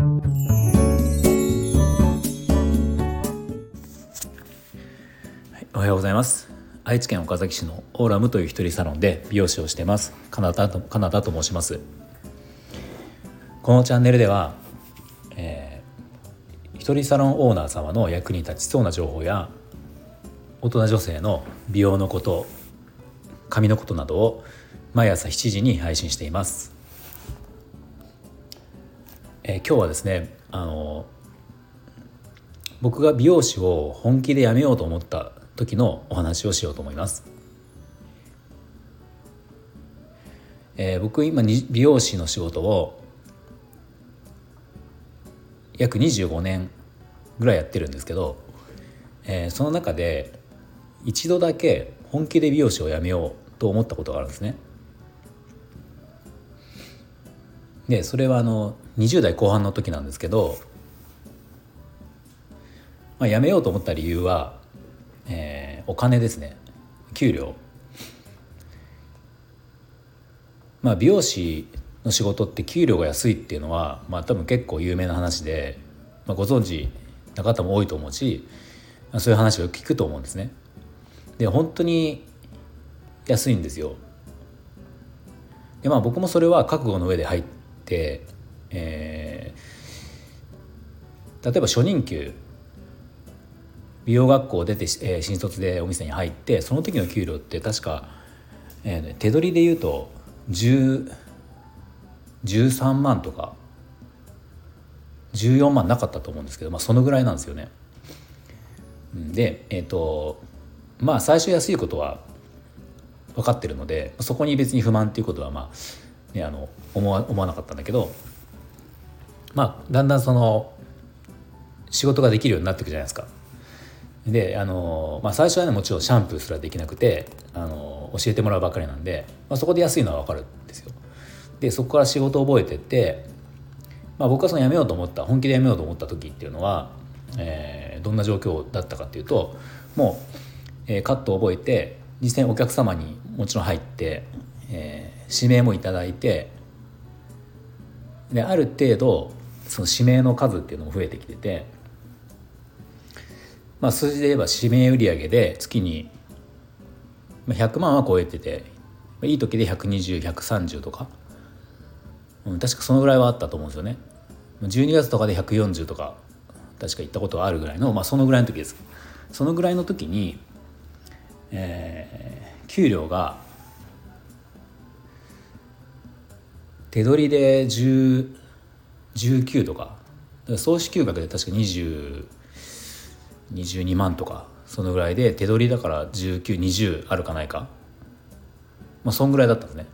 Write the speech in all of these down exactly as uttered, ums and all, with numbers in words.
おはようございます。愛知県岡崎市のオーラムという一人サロンで美容師をしていますカナダとカナダと申します。このチャンネルでは、えー、一人サロンオーナー様の役に立ちそうな情報や大人女性の美容のこと、髪のことなどを毎朝しちじに配信しています。えー、今日はですね、あの僕が美容師を本気で辞めようと思った時のお話をしようと思います。えー、僕今美容師の仕事を約にじゅうごねんぐらいやってるんですけど、えー、その中で一度だけ本気で美容師を辞めようと思ったことがあるんですね。でそれはあのにじゅう代後半の時なんですけど、まあ、辞めようと思った理由は、えー、お金ですね。給料。まあ美容師の仕事って給料が安いっていうのは、まあ多分結構有名な話で、まあ、ご存知な方も多いと思うし、そういう話を聞くと思うんですね。で本当に安いんですよ。でまあ僕もそれは覚悟の上で入って、えー、例えば初任給美容学校を出て、えー、新卒でお店に入って、その時の給料って確か、えーね、手取りで言うとじゅう、じゅうさんまんとかじゅうよんまんなかったと思うんですけど、まあそのぐらいなんですよね。でえっとまあ最初安いことは分かってるので、そこに別に不満っていうことはまあ、ね、あの思わ、思わなかったんだけど、まあだんだんその仕事ができるようになっていくじゃないですか。であの、まあ、最初はねもちろんシャンプーすらできなくて、あの教えてもらうばかりなんで、まあ、そこで安いのは分かるんですよ。でそこから仕事を覚えてって、まあ、僕はその辞めようと思った本気で辞めようと思った時っていうのは、えー、どんな状況だったかっていうと、もう、えー、カットを覚えて実際にお客様にもちろん入って、えー、指名もいただいて、である程度その指名の数っていうのも増えてきてて、まあ、数字で言えば指名売上で月にひゃくまんは超えてて、いい時でひゃくにじゅう、ひゃくさんじゅうとか、うん、確かそのぐらいはあったと思うんですよね。じゅうにがつとかでひゃくよんじゅうとか確か行ったことがあるぐらいの、まあ、そのぐらいの時です。そのぐらいの時に、えー、給料が手取りでじゅう、じゅうきゅうとか、総支給額で確かにじゅうにじゅうにまんとか、そのぐらいで手取りだからじゅうきゅう、にじゅうあるかないか、まあそんぐらいだったんですね。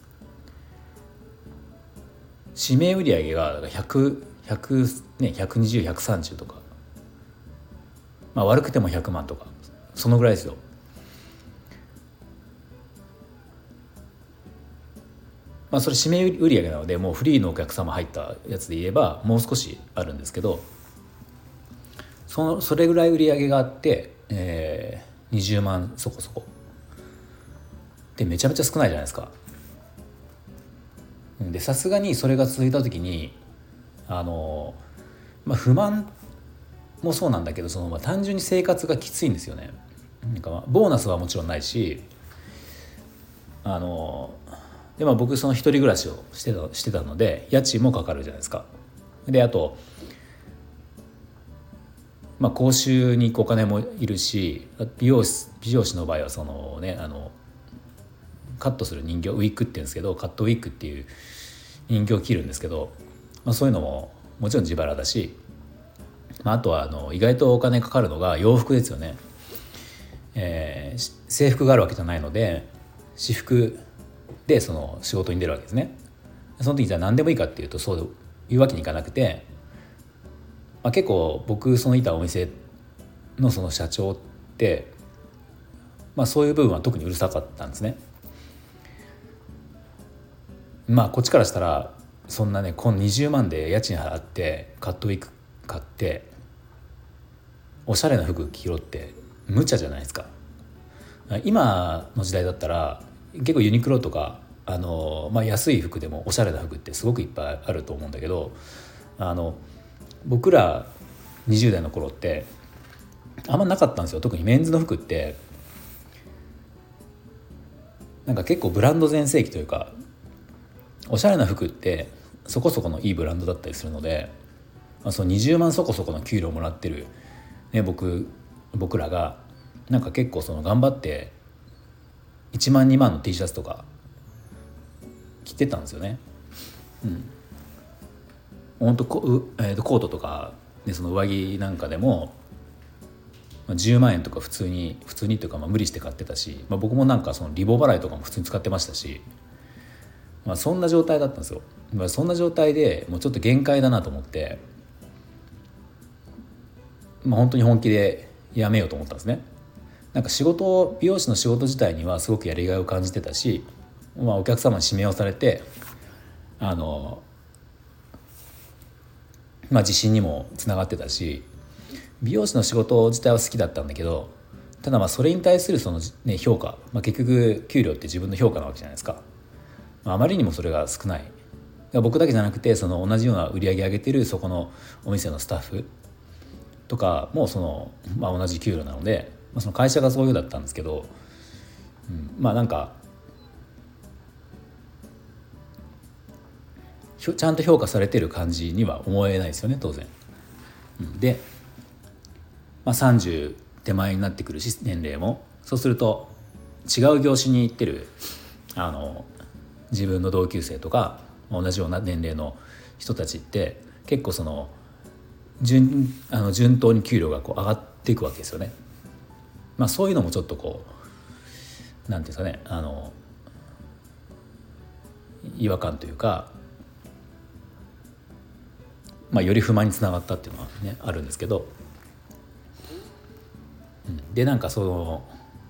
指名売上がひゃく、ひゃくね、ひゃくにじゅう、ひゃくさんじゅうとか、まあ悪くてもひゃくまんとか、そのぐらいですよ。まあそれ指名売上なので、もうフリーのお客様入ったやつで言えばもう少しあるんですけど、そのそれぐらい売り上げがあって、えー、にじゅうまんそこそこでめちゃめちゃ少ないじゃないですか。でさすがにそれが続いた時にあの、まあ、不満もそうなんだけど、その、まあ、単純に生活がきついんですよね。なんか、まあ、ボーナスはもちろんないし、あので、まあ、僕その一人暮らしをしてた、してたので家賃もかかるじゃないですか。であとまあ、講習に行くお金もいるし、美容師、美容師の場合はそのね、あのカットする人形、ウィッグって言うんですけど、カットウィッグっていう人形を切るんですけど、まあ、そういうのももちろん自腹だし、まあ、あとはあの意外とお金かかるのが洋服ですよね。えー、制服があるわけじゃないので、私服でその仕事に出るわけですね。その時じゃあ何でもいいかっていうとそういうわけにいかなくて、まあ、結構僕そのいたお店のその社長って、まあ、そういう部分は特にうるさかったんですね。まあこっちからしたらそんなね、このにじゅうまんで家賃払ってカットウィッグ買っておしゃれな服着ろって無茶じゃないですか。今の時代だったら結構ユニクロとかあの、まあ、安い服でもおしゃれな服ってすごくいっぱいあると思うんだけど、 あの僕らにじゅう代の頃ってあんまなかったんですよ。特にメンズの服ってなんか結構ブランド全盛期というか、おしゃれな服ってそこそこのいいブランドだったりするので、まあ、そのにじゅうまんそこそこの給料もらってる、ね、僕僕らがなんか結構その頑張っていちまんにまんの T シャツとか着てたんですよね。うん、ほんとコ、えー、とコートとか、ね、その上着なんかでもじゅうまんえんとか普通に普通にというかまあ無理して買ってたし、まあ、僕もなんかそのリボ払いとかも普通に使ってましたし、まあ、そんな状態だったんですよ。まあ、そんな状態でもうちょっと限界だなと思って、まあ、本当に本気でやめようと思ったんですね。なんか仕事美容師の仕事自体にはすごくやりがいを感じてたし、まあ、お客様に指名をされてあの、まあ、自信にもつながってたし、美容師の仕事自体は好きだったんだけど、ただまあそれに対するその、ね、評価、まあ、結局給料って自分の評価なわけじゃないですか。まあ、あまりにもそれが少ない。僕だけじゃなくてその同じような売り上げ上げてるそこのお店のスタッフとかもその、まあ、同じ給料なので、まあ、その会社がそういうだったんですけど、うん、まあなんかちゃんと評価されてる感じには思えないですよね当然。で、まあ、さんじゅう手前になってくるし年齢もそうすると違う業種に行ってるあの自分の同級生とか同じような年齢の人たちって結構その 順, あの順当に給料がこう上がっていくわけですよね。まあ、そういうのもちょっとこうなんていうんですかね、あの違和感というか、まあ、より不満につながったっていうのはねあるんですけど、うん、でなんかその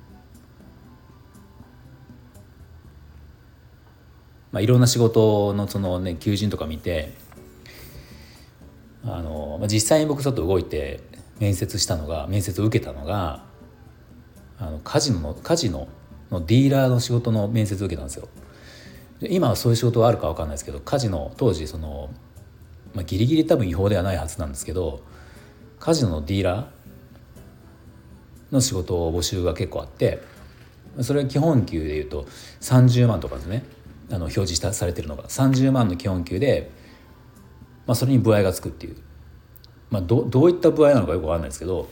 まあ、いろんな仕事のそのね求人とか見て、あの、まあ、実際に僕ちょっと動いて面接したのが面接を受けたのがあのカジノのカジノのディーラーの仕事の面接を受けたんですよ。で今はそういう仕事はあるか分かんないですけど、カジノ当時その、まあ、ギリギリ多分違法ではないはずなんですけど、カジノのディーラーの仕事を募集が結構あって、それは基本給でいうとさんじゅうまんとかですね、あの表示したされてるのがさんじゅうまんの基本給で、まあ、それに歩合がつくっていう、まあ、ど, どういった歩合なのかよく分かんないですけど、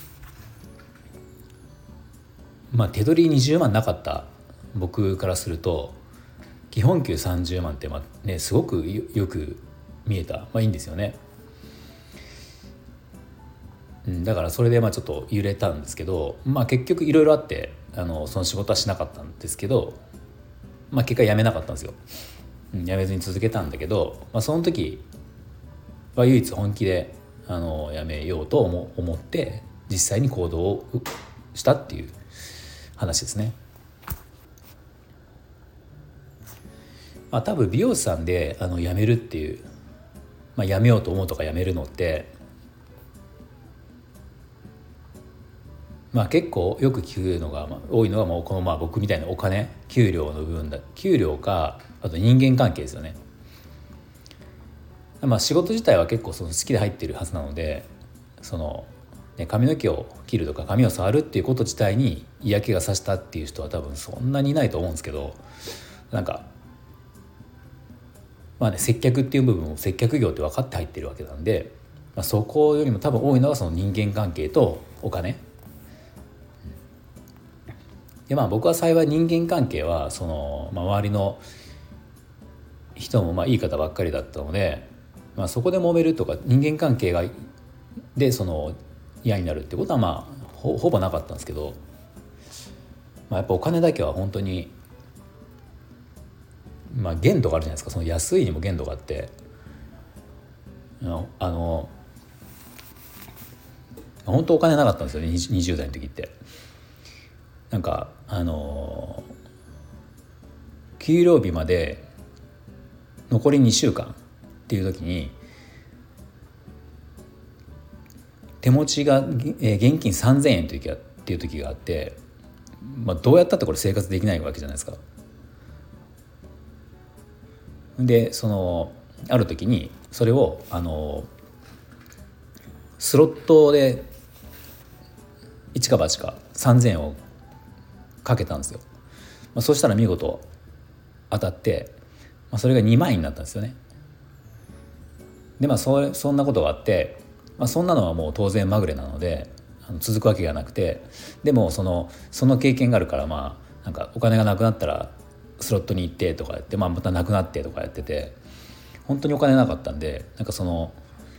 まあ、手取りにじゅうまんなかった僕からすると基本給さんじゅうまんってまあ、ね、すごく よ, よく見えた、まあ、いいんですよね。うん、だからそれでまあちょっと揺れたんですけど、まあ、結局いろいろあってあのその仕事はしなかったんですけど、まあ、結果辞めなかったんですよ。うん、辞めずに続けたんだけど、まあ、その時は唯一本気であの辞めようと 思, 思って実際に行動をしたっていう話ですね。まあ、多分美容師さんであの辞めるっていう、まあ、辞めようと思うとか辞めるのってまあ、結構よく聞くのが、まあ、多いのがもうこのまあ僕みたいなお金給料の部分だ給料かあと人間関係ですよね。まあ、仕事自体は結構その好きで入ってるはずなので、その、ね、髪の毛を切るとか髪を触るっていうこと自体に嫌気がさしたっていう人は多分そんなにいないと思うんですけど、なんかまあね、接客っていう部分も接客業って分かって入ってるわけなんで、まあ、そこよりも多分多いのはその人間関係とお金で、まあ僕は幸い人間関係はその、まあ、周りの人もまあいい方ばっかりだったので、まあ、そこで揉めるとか人間関係がでその嫌になるってことはまあ ほ, ほぼなかったんですけど、まあ、やっぱお金だけは本当にまあ限度があるじゃないですか。その安いにも限度があって、あのあの本当お金なかったんですよね。にじゅう代の時ってなんかあの給料日まで残りにしゅうかんっていう時に手持ちが現金さんぜんえんっていう時があって、まあ、どうやったってこれ生活できないわけじゃないですか。でそのある時にそれをあのスロットで一か八かさんぜんえんをかけたんですよ。まあ、そしたら見事当たって、まあ、それがにまんえんになったんですよね。でまあそそんなことがあって、まあ、そんなのはもう当然まぐれなのであの続くわけがなくて、でもそのその経験があるから、まあなんかお金がなくなったらスロットに行ってとかやって、まあ、またなくなってとかやってて、本当にお金なかったんで、なんかその、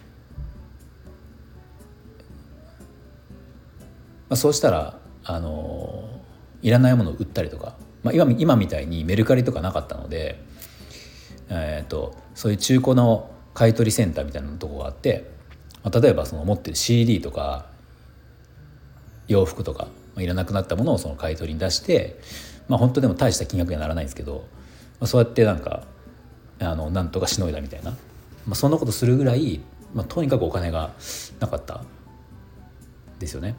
まあ、そうしたらあのいらないものを売ったりとか、まあ、今今みたいにメルカリとかなかったので、えー、とそういう中古の買い取りセンターみたいなとこがあって、まあ、例えばその持ってる シーディー とか洋服とか、まあ、いらなくなったものをその買い取りに出して、まあ、本当でも大した金額にはならないんですけど、まあ、そうやってなんかあのなんとかしのいだみたいな、まあ、そんなことするぐらい、まあ、とにかくお金がなかったですよね。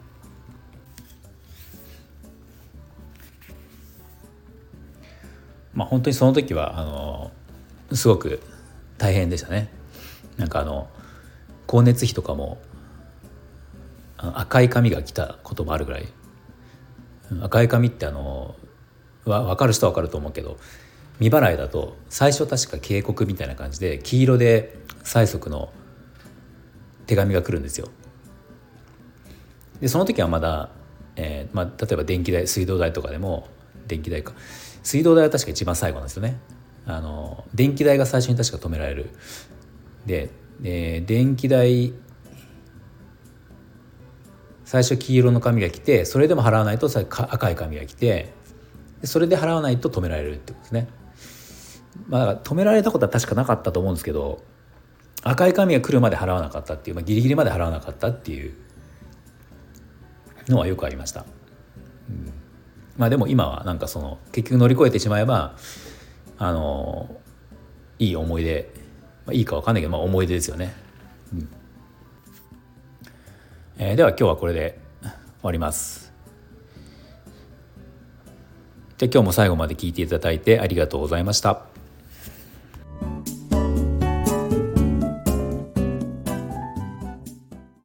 まあ、本当にその時はあのすごく大変でしたね。なんかあの光熱費とかもあの赤い紙が来たこともあるぐらい。赤い紙ってあのわ分かる人は分かると思うけど、未払いだと最初確か警告みたいな感じで黄色で催促の手紙が来るんですよ。でその時はまだ、えーまあ、例えば電気代水道代とかでも、電気代か水道代は確か一番最後なんですよね。あの電気代が最初に確か止められる。で、で電気代最初黄色の紙が来て、それでも払わないと赤い紙が来て、それで払わないと止められるってことですね。まあ、だから止められたことは確かなかったと思うんですけど、赤い紙が来るまで払わなかったっていう、まあ、ギリギリまで払わなかったっていうのはよくありました。うん、まあでも今はなんかその結局乗り越えてしまえばあのいい思い出、まあ、いいか分かんないけど、まあ、思い出ですよね。うんえー、では今日はこれで終わります。で今日も最後まで聞いていただいてありがとうございました。